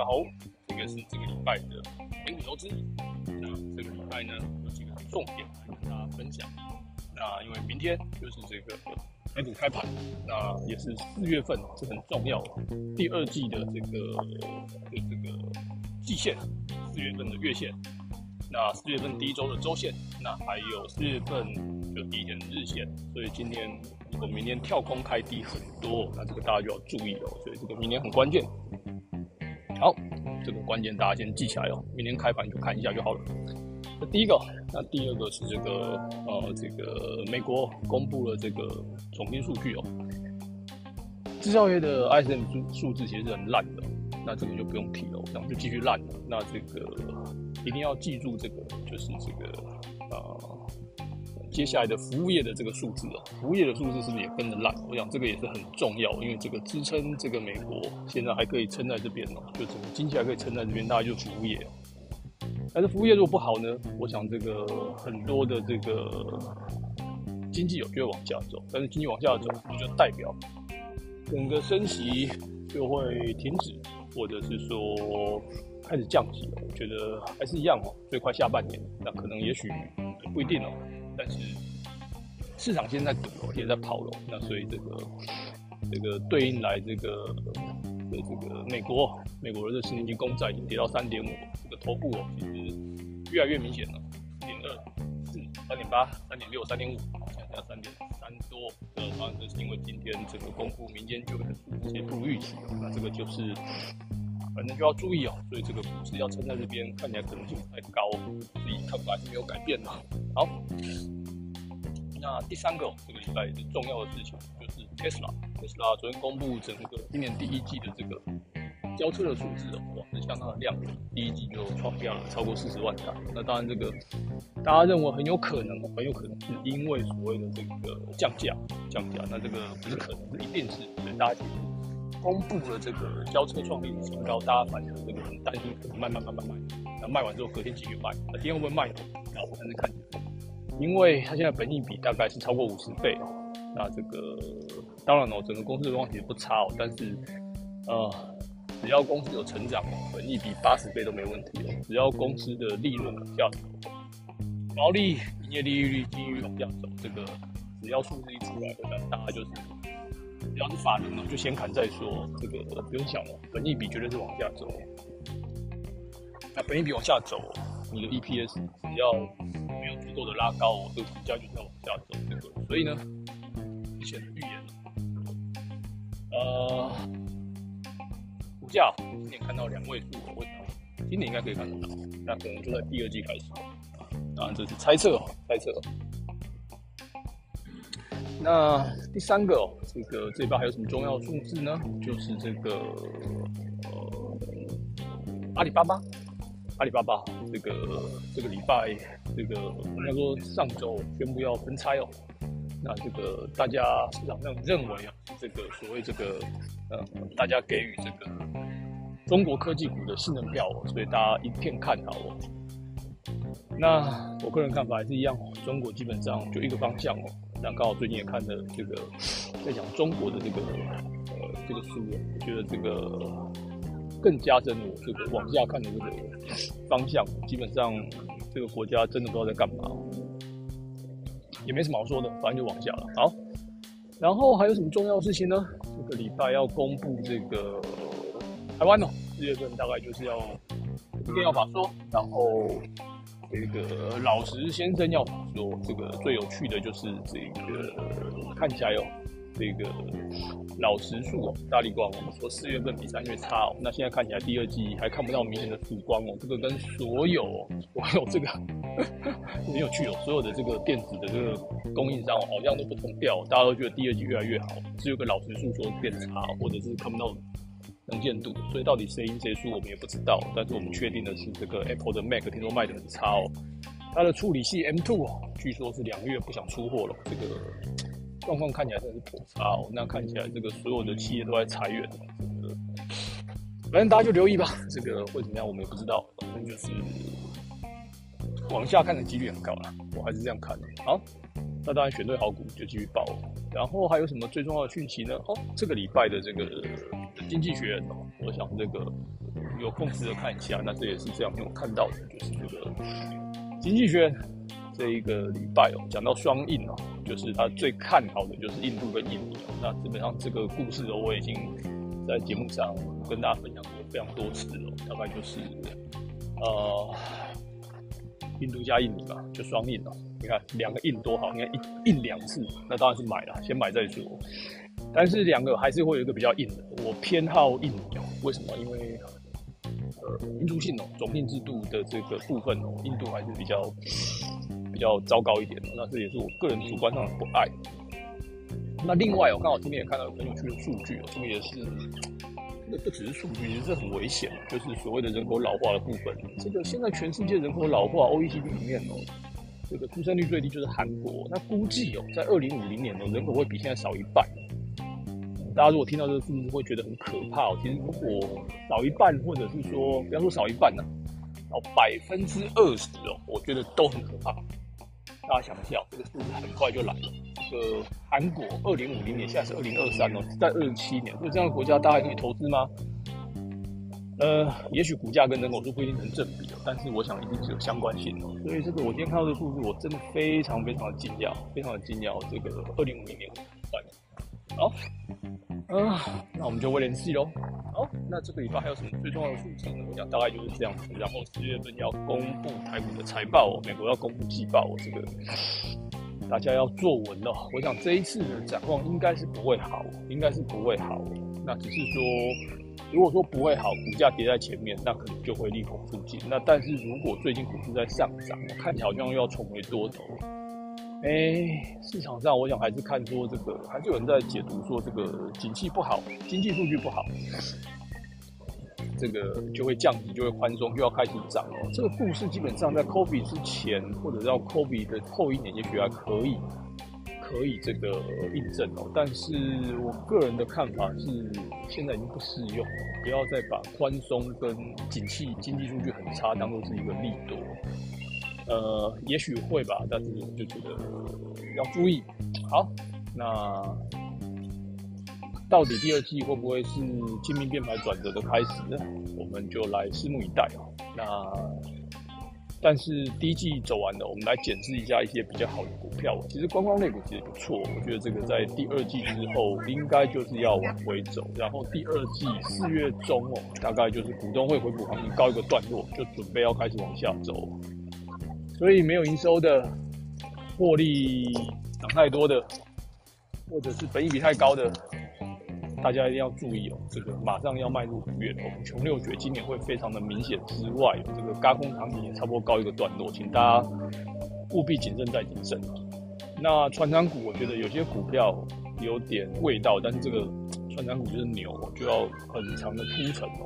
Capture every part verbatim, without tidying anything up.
家好，这个是这个礼拜的美股投资。那这个礼拜呢，有几个重点来跟大家分享。那因为明天就是这个美股开盘，那也是四月份，这很重要，第二季的这个的这个季线，四月份的月线，那四月份第一周的周线，那还有四月份就第一天的日线。所以今天如果明天跳空开低很多，那这个大家就要注意了。所以这个明天很关键。好，这个关键大家先记起来哦，明天开盘就看一下就好了。这第一个，那第二个是这个呃，这个美国公布了这个总经数据哦，制造业的 I S M 数数字其实是很烂的，那这个就不用提了，这样就继续烂了。那这个一定要记住这个，就是这个呃。接下来的服务业的这个数字哦，服务业的数字是不是也跟着烂？我想这个也是很重要，因为这个支撑这个美国现在还可以撑在这边哦，就整个经济还可以撑在这边，大概就是服务业。但是服务业如果不好呢，我想这个很多的这个经济有就会往下走，但是经济往下走，就代表整个升息就会停止，或者是说开始降息了。我觉得还是一样哦，最快下半年，那可能也许不一定哦。但是市场现在赌了，也在跑了，那所以这个这个对应来这个的这个美国美国的十年期公债已经跌到三点五，这个头部哦其实越来越明显了，四点二、四、三点八、三点六、三点五，现在三点三多。呃，当然这是因为今天这个公布民间就业的数字也不如预期，那这个就是反正就要注意哦。所以这个股市要撑在这边，看起来可能性不太高，自己看法是没有改变的。好，那第三个、哦、这个礼拜最重要的事情就是 Tesla。Tesla 昨天公布整个今年第一季的这个交车的数字哦，哇，是相当的亮眼，第一季就创下了超过四十万台。那当然，这个大家认为很有可能，很有可能是因为所谓的这个降价，降价。那这个不是可能，是一定是，所以大家其实公布了这个交车创历史新高，大家反正这个很担心可能卖卖卖卖卖，那卖完之后隔天继续卖，那今天会不会卖呢？那我还是看起来。因为它现在本益比大概是超过五十倍哦，那这个当然哦，整个公司的状况也不差哦，但是呃，只要公司有成长哦，本益比八十倍都没问题哦。只要公司的利润往下走，毛利、营业利率、净利率往下走，这个只要数字一出来，我想大家就是只要是法人哦，就先砍再说，这个不用想哦，本益比绝对是往下走。那本益比往下走，你的 E P S 只要没有足够的拉高哦，这个股价就是要往下走。这个，所以呢，之前的预言，呃，股价今年看到两位数，我想今年应该可以看得到，那可能就在第二季开始。当然这是猜测哦，猜测。那第三个哦，这个这一波还有什么重要数字呢？就是这个呃阿里巴巴。阿里巴巴这个这个礼拜，这个应该说上周宣布要分拆哦。那这个大家市场上认为啊，这个所谓这个呃，大家给予这个中国科技股的信任票哦，所以大家一片看好哦。那我个人看法还是一样哦，中国基本上就一个方向哦。那刚好最近也看的这个在讲中国的这个呃这个书哦，我觉得这个。更加深我这个往下看的这个方向，基本上这个国家真的不知道在干嘛，也没什么好说的，反正就往下了。好，然后还有什么重要的事情呢？这个礼拜要公布这个台湾哦，四月份大概就是要一定要法说，然后这个老石先生要法说，这个最有趣的就是这个看起来哦。这个老实数哦，大立光我们说四月份比三月差哦，那现在看起来第二季还看不到明显的曙光哦，这个跟所有所有这个很有趣哦，所有的这个电子的这个供应商好像都不同调，大家都觉得第二季越来越好，只有个老实数说变差，或者是看不到能见度，所以到底谁赢谁输我们也不知道，但是我们确定的是这个 Apple 的 Mac 听说卖得很差哦，它的处理器 M 二 哦，据说是两个月不想出货了，这个。状况看起来真的是颇差哦，那看起来这个所有的企业都在裁员，这个反正大家就留意吧。这个会怎么样我们也不知道，反正就是往下看的几率很高啦，我还是这样看的。好，那当然选对好股就继续报。然后还有什么最重要的讯息呢？哦，这个礼拜的这个经济学人哦，我想这个有空值得看一下。那这也是这两天我看到的，就是这个经济学人这一个礼拜哦，讲到双印哦，就是他最看好的就是印度跟印尼哦。那基本上这个故事哦，我已经在节目上跟大家分享过非常多次了，大概就是呃印度加印尼嘛，就双印哦。你看两个印多好，你看一印两次，那当然是买了，先买再说。但是两个还是会有一个比较硬的，我偏好印尼哦。为什么？因为呃民族性哦，种姓制度的这个部分哦，印度还是比较比较糟糕一点的。那这也是我个人主观上的不爱。那另外我刚好今天也看到很有趣的数据哦，这个也是这个不只是数据，其实这很危险，就是所谓的人口老化的部分。这个现在全世界人口老化 ，O E C D 里面哦。这个出生率最低就是韩国，那估计哦，在二零五零年哦，人口会比现在少一半。大家如果听到这个数字，会觉得很可怕哦。其实如果少一半，或者是说不要说少一半呢、啊，到百分之二十哦，我觉得都很可怕。大家想一下，这个数字很快就来了。这个韩国二零五零年，现在是二零二三哦，在二十七年，所以这样的国家大家还可以投资吗？呃，也许股价跟人口数不一定成正比的，但是我想一定是有相关性的。所以这个我今天看到这个数字，我真的非常非常的惊讶，非常的惊讶。这个二零五零年办，好，嗯、呃，那我们就威廉系喽。好，那这个礼拜还有什么最重要的事情呢？我想大概就是这样子。然后十月份要公布台股的财报哦，美国要公布季报哦，这个大家要做稳了。我想这一次的展望应该是不会好，应该是不会好。那只是说。如果说不会好，股价跌在前面，那可能就会利空出尽。那但是如果最近股市在上涨，看起来好像又要重回多头。哎，市场上我想还是看说这个，还是有人在解读说这个景气不好，经济数据不好，这个就会降息，就会宽松，又要开始涨了。这个故事基本上在 COVID 之前，或者到 COVID 的后一年，也许还可以。可以这个印证哦，但是我个人的看法是，现在已经不适用了，不要再把宽松跟景气经济数据很差当做是一个利多。呃，也许会吧，但是就觉得要注意。好，那到底第二季会不会是精明变牌转折的开始呢？我们就来拭目以待哦。那。但是第一季走完了，我们来检视一下一些比较好的股票。其实观光类股其实不错，我觉得这个在第二季之后应该就是要往回走。然后第二季四月中哦，大概就是股东会回补行情告一个段落，就准备要开始往下走。所以没有营收的、获利涨太多的，或者是本益比太高的。大家一定要注意哦，这个马上要迈入五月了，我们穷六绝今年会非常的明显之外，这个軋空行情也差不多告一个段落，请大家务必谨慎再谨慎。那传产股，我觉得有些股票有点味道，但是这个传产股就是牛，就要很长的铺陈哦。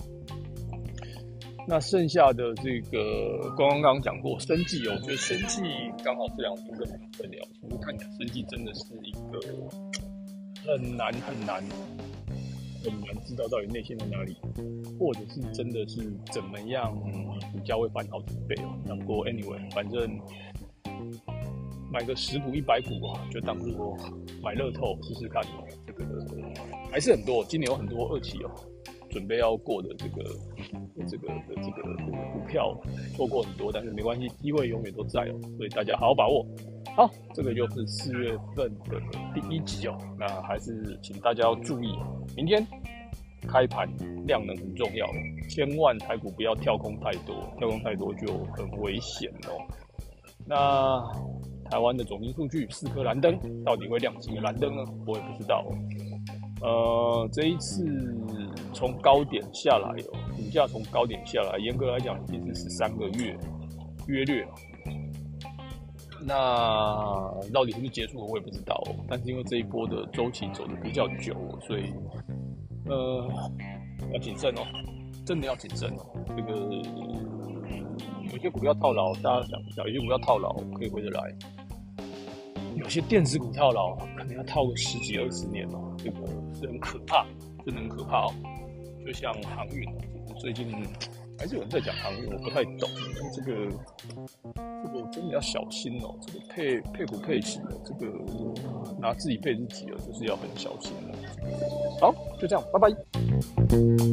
那剩下的这个刚刚刚讲过生技哦，我觉得生技刚好这两天跟很聊，其实看起来生技真的是一个。很难很难很难知道到底内线在哪里，或者是真的是怎么样股价会翻好几倍哦。那不过 anyway， 反正买个十股一百股啊，就当做买乐透试试看哦。这个还是很多，今年有很多二期哦，准备要过的这个这个的这个这个股票错过很多，但是没关系，机会永远都在哦，所以大家好好把握。好，这个就是四月份的第一集哦。那还是请大家要注意，明天开盘量能很重要，千万台股不要跳空太多，跳空太多就很危险哦。那台湾的总经数据四颗蓝灯，到底会亮几个蓝灯呢？我也不知道哦。呃，这一次从高点下来哦，股价从高点下来，严格来讲已经是十三个月，约略。那到底是不是结束了，我也不知道哦。但是因为这一波的周期走得比较久，所以呃要谨慎哦，真的要谨慎哦。这个有些股票套牢，大家想一下，有些股票套牢可以回得来，有些电子股套牢可能要套个十几二十年哦，这个是很可怕，真的很可怕哦。就像航运哦，最近还是有人在讲航运，我不太懂，这个。这个真的要小心哦，这个配配股配息的，这个拿自己配自己的，就是要很小心了。好，就这样，拜拜。